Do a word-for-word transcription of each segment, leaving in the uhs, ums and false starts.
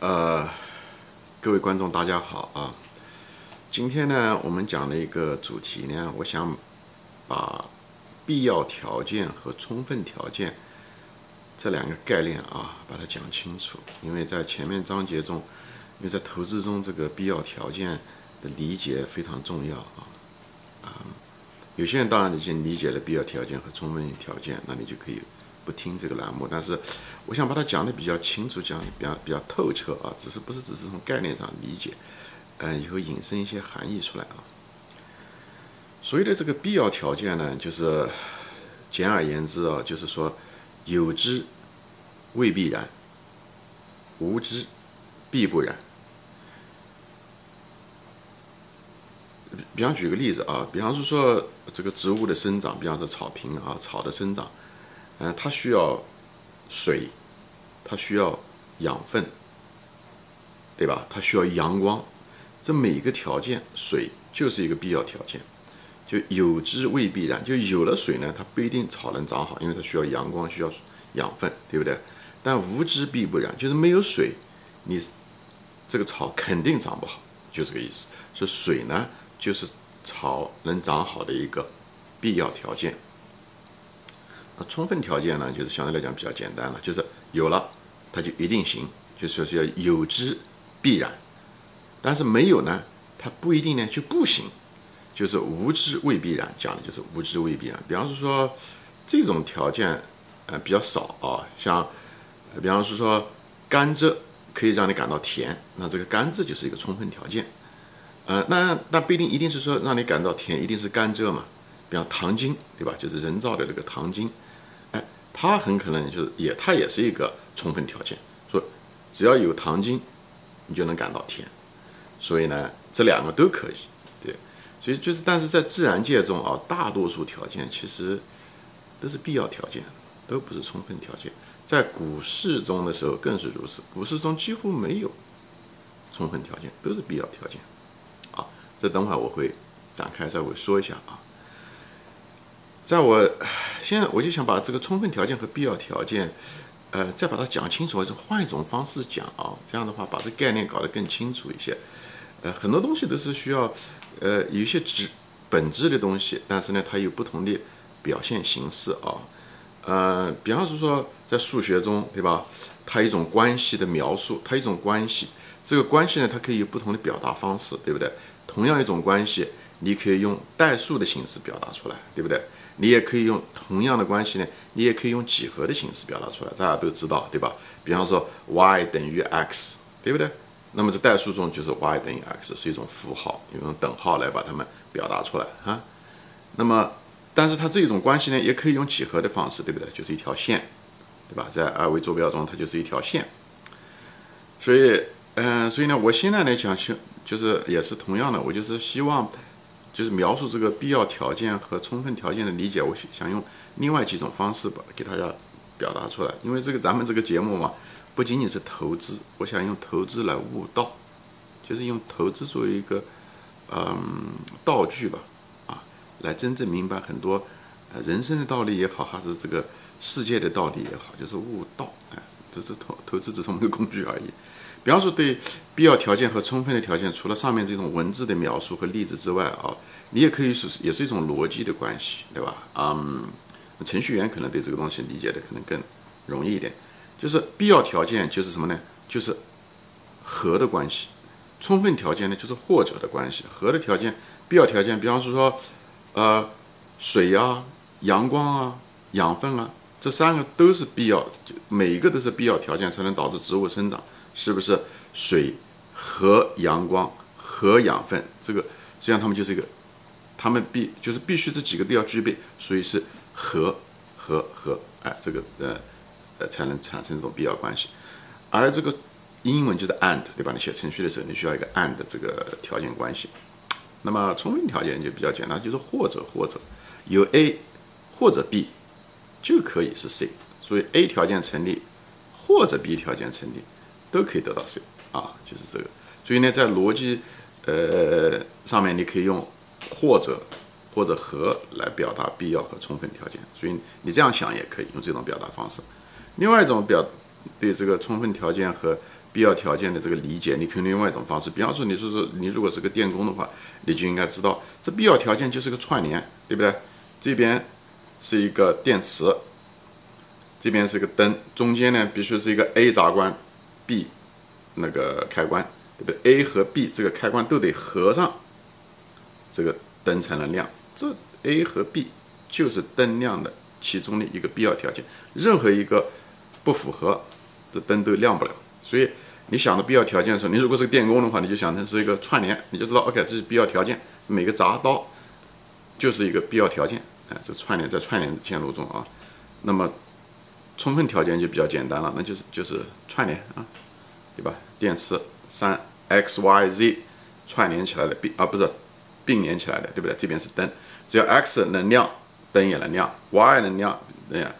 呃，各位观众大家好啊！今天呢，我们讲的一个主题呢，我想把必要条件和充分条件这两个概念啊，把它讲清楚。因为在前面章节中，因为在投资中这个必要条件的理解非常重要啊啊！有些人当然已经理解了必要条件和充分条件，那你就可以不听这个栏目，但是我想把它讲的比较清楚，讲的比较比较透彻啊，只是不是只是从概念上理解，呃，以后引申一些含义出来啊。所谓的这个必要条件呢，就是简而言之啊，就是说有之未必然，无之必不然。比方举个例子啊，比方说这个植物的生长，比方说草坪啊，草的生长。呃，它需要水，它需要养分，对吧？它需要阳光，这每个条件，水就是一个必要条件。就有之未必然，就有了水呢，它不一定草能长好，因为它需要阳光，需要养分，对不对？但无之必不然，就是没有水，你这个草肯定长不好，就这个意思。所以水呢，就是草能长好的一个必要条件。那充分条件呢，就是相对来讲比较简单了，就是有了它就一定行，就是说要有之必然。但是没有呢，它不一定呢就不行，就是无之未必然，讲的就是无之未必然。比方说这种条件呃比较少啊，像、呃、比方说甘蔗可以让你感到甜，那这个甘蔗就是一个充分条件。呃，那那不一定一定是说让你感到甜，一定是甘蔗嘛。比方糖精，对吧？就是人造的这个糖精，哎，它很可能就是也，它也是一个充分条件。说只要有糖精，你就能感到甜。所以呢，这两个都可以，对。所以就是，但是在自然界中啊，大多数条件其实都是必要条件，都不是充分条件。在股市中的时候更是如此，股市中几乎没有充分条件，都是必要条件。啊，这等会儿我会展开稍微说一下啊。在我现在我就想把这个充分条件和必要条件，呃，再把它讲清楚，就换一种方式讲啊，这样的话把这概念搞得更清楚一些。呃，很多东西都是需要，呃，有一些质本质的东西，但是呢，它有不同的表现形式啊。呃，比方说在数学中，对吧？它一种关系的描述，它一种关系，这个关系呢，它可以有不同的表达方式，对不对？同样一种关系，你可以用代数的形式表达出来，对不对？你也可以用同样的关系呢，你也可以用几何的形式表达出来，大家都知道，对吧？比方说 y 等于 x， 对不对？那么在代数中就是 y 等于 x 是一种符号，用等号来把它们表达出来啊。那么，但是它这种关系呢，也可以用几何的方式，对不对？就是一条线，对吧？在二维坐标中，它就是一条线。所以，嗯、呃，所以呢，我现在呢想就是也是同样的，我就是希望。就是描述这个必要条件和充分条件的理解，我想用另外几种方式把给大家表达出来。因为这个咱们这个节目嘛，不仅仅是投资，我想用投资来悟道，就是用投资作为一个嗯道具吧，啊，来真正明白很多呃人生的道理也好，还是这个世界的道理也好，就是悟道，哎，这是投投资只是我们的工具而已。比方说，对必要条件和充分的条件，除了上面这种文字的描述和例子之外啊，你也可以是也是一种逻辑的关系，对吧？嗯，程序员可能对这个东西理解的可能更容易一点。就是必要条件就是什么呢？就是和的关系，充分条件呢就是或者的关系。和的条件，必要条件，比方说，呃，水啊、阳光啊、养分啊，这三个都是必要，每一个都是必要条件，才能导致植物生长。是不是水和阳光和养分？这个实际上它们就是一个，它们必就是必须这几个都要具备，所以是和和和，哎，这个呃呃才能产生这种必要关系。而这个英文就是 and， 对吧？你写程序的时候，你需要一个 and 这个条件关系。那么充分条件就比较简单，就是或者或者有 A 或者 B 就可以是 C， 所以 A 条件成立或者 B 条件成立。都可以得到 C 啊，就是这个。所以呢，在逻辑呃上面，你可以用或者或者和来表达必要和充分条件。所以你这样想也可以用这种表达方式。另外一种表对这个充分条件和必要条件的这个理解，你可以用另外一种方式。比方说，你说是你如果是个电工的话，你就应该知道，这必要条件就是个串联，对不对？这边是一个电池，这边是一个灯，中间呢必须是一个 A 闸关 ，B 那个开关，对不对 ？A 和 B 这个开关都得合上，这个灯才能亮。这 A 和 B 就是灯亮的其中的一个必要条件，任何一个不符合，这灯都亮不了。所以你想的必要条件的时候，你如果是个电工的话，你就想成是一个串联，你就知道 OK， 这是必要条件，每个闸刀就是一个必要条件。哎，这串联在串联线路中啊，那么充分条件就比较简单了，那就是就是串联啊，对吧？电池三 X Y Z 串联起来的并啊不是并联起来的，对不对？这边是灯，只要 X 能亮，灯也能亮 ；Y 能亮，哎呀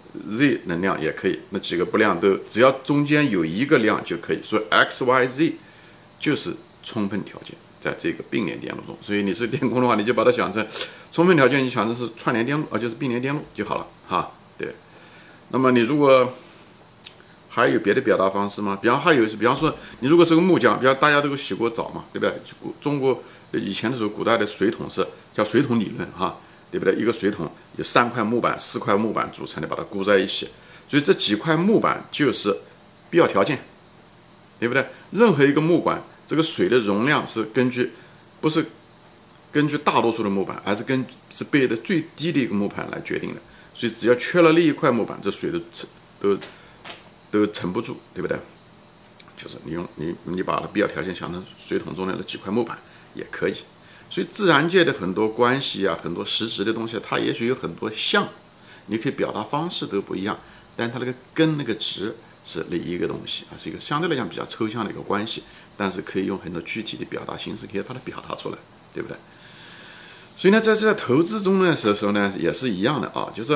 ，Z 能亮也可以。那几个不亮都只要中间有一个亮就可以。所以 X Y Z 就是充分条件。在这个并联电路中，所以你是电工的话，你就把它想成充分条件，你想成是串联电路啊，就是并联电路就好了哈。对，那么你如果还有别的表达方式吗？比方还有是，比方说你如果是个木匠，比方大家都有洗过澡嘛，对不对？中国以前的时候，古代的水桶是叫水桶理论哈，对不对？一个水桶有三块木板、四块木板组成的，把它箍在一起，所以这几块木板就是必要条件，对不对？任何一个木板。这个水的容量是根据，不是根据大多数的木板，而是根是背的最低的一个木板来决定的。所以只要缺了那一块木板，这水都沉都都沉不住，对不对？就是你用你你把必要条件想成水桶中的那几块木板也可以。所以自然界的很多关系啊，很多实质的东西，它也许有很多像，你可以表达方式都不一样，但它那个根那个值是那一个东西啊，是一个相对来讲比较抽象的一个关系。但是可以用很多具体的表达形式，可以把它表达出来，对不对？所以呢，在这投资中呢时候呢，也是一样的啊，就是，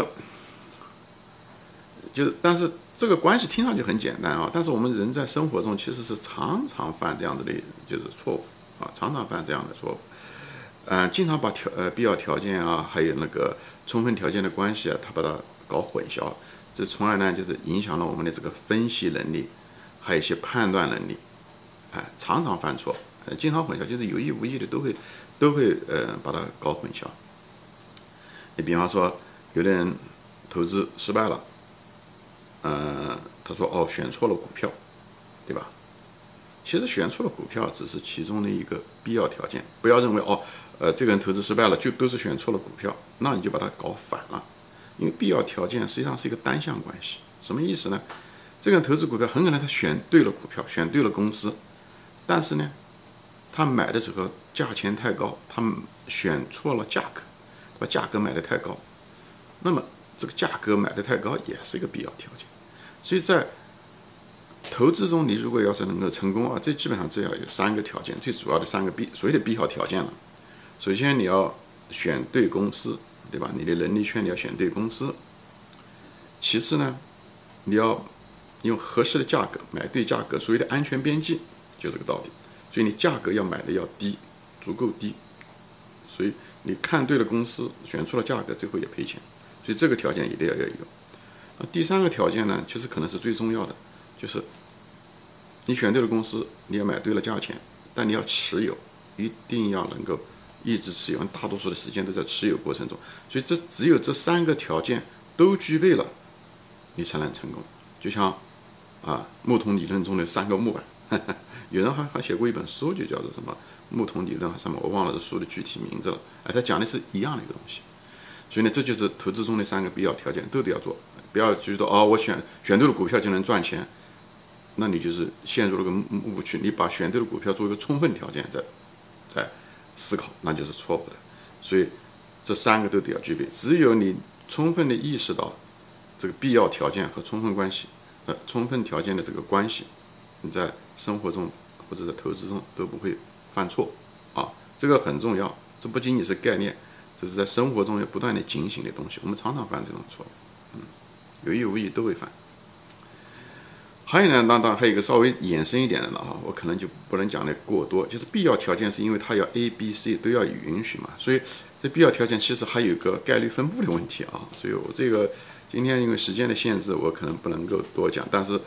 就是，但是这个关系听上去很简单啊，但是我们人在生活中其实是常常犯这样子的，就是错误啊，常常犯这样的错误，嗯、呃，经常把条呃必要条件啊，还有那个充分条件的关系啊，他把它搞混淆，这从而呢就是影响了我们的这个分析能力，还有一些判断能力。哎，常常犯错，呃，经常混淆，就是有意无意的都会，都会呃把它搞混淆。你比方说，有的人投资失败了，呃，他说哦选错了股票，对吧？其实选错了股票只是其中的一个必要条件，不要认为哦，呃，这个人投资失败了就都是选错了股票，那你就把它搞反了。因为必要条件实际上是一个单向关系，什么意思呢？这个人投资股票很可能他选对了股票，选对了公司。但是呢，他买的时候价钱太高，他选错了价格，把价格买的太高，那么这个价格买的太高也是一个必要条件。所以在投资中，你如果要是能够成功啊，这基本上只要有三个条件，最主要的三个必所谓的必要条件了。首先你要选对公司，对吧？你的能力圈你要选对公司。其次呢，你要用合适的价格买对价格，所谓的安全边际。就这个道理，所以你价格要买的要低，足够低，所以你看对了公司，选错了价格，最后也赔钱，所以这个条件一定要要有。那第三个条件呢，其实可能是最重要的，就是你选对了公司，你也买对了价钱，但你要持有，一定要能够一直持有，大多数的时间都在持有过程中，所以这只有这三个条件都具备了，你才能成功。就像啊木桶理论中的三个木板。有人还还写过一本书，就叫做什么木桶理论什么，我忘了这书的具体名字了。哎，他讲的是一样的一个东西。所以呢，这就是投资中的三个必要条件，都得要做。不要觉得哦，我选选对了股票就能赚钱，那你就是陷入了个误区。你把选对了股票作为一个充分条件在在思考，那就是错误的。所以这三个都得要具备。只有你充分的意识到这个必要条件和充分关系，呃，充分条件的这个关系。你在生活中或者在投资中都不会犯错啊，这个很重要。这不仅仅是概念，这是在生活中要不断的警醒的东西。我们常常犯这种错误，嗯，有意无意都会犯。还有呢，当然还有一个稍微衍生一点的了哈，我可能就不能讲的过多。就是必要条件是因为它要 A、B、C 都要允许嘛，所以这必要条件其实还有一个概率分布的问题啊。所以我这个今天因为时间的限制，我可能不能够多讲，但是。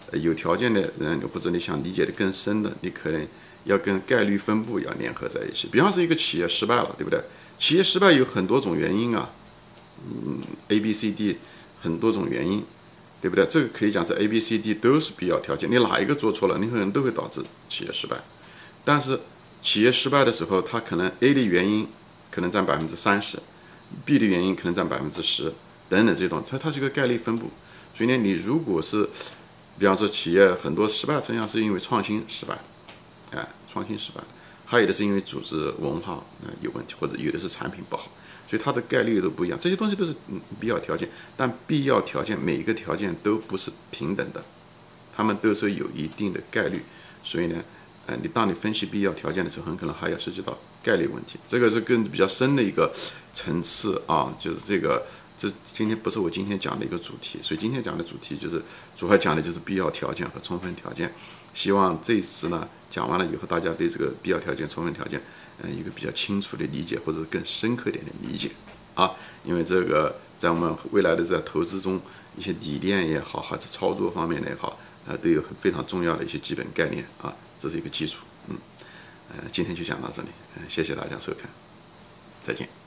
呃有条件的人，或者你想理解的更深的，你可能要跟概率分布要联合在一起。比方说一个企业失败了，对不对？企业失败有很多种原因啊，嗯，A、B、C、D 很多种原因，对不对？这个可以讲是 A、B、C、D 都是必要条件，你哪一个做错了，你可能都会导致企业失败。但是企业失败的时候，它可能 A 的原因可能占百分之三十，B 的原因可能占百分之十，等等这种，它它是一个概率分布。所以呢，你如果是，比方说企业很多失败实际上是因为创新失败，哎，创新失败，还有的是因为组织文化呃有问题，或者有的是产品不好，所以它的概率都不一样。这些东西都是嗯必要条件，但必要条件每一个条件都不是平等的，它们都是有一定的概率。所以呢，呃，你当你分析必要条件的时候，很可能还要涉及到概率问题，这个是更比较深的一个层次啊，就是这个。这今天不是我今天讲的一个主题，所以今天讲的主题就是主要讲的就是必要条件和充分条件。希望这一次呢讲完了以后，大家对这个必要条件、充分条件，嗯、呃，一个比较清楚的理解，或者更深刻点的理解啊。因为这个在我们未来的在投资中，一些理念也好，还是操作方面的也好，呃，都有很非常重要的一些基本概念啊，这是一个基础。嗯，呃，今天就讲到这里，嗯、呃，谢谢大家收看，再见。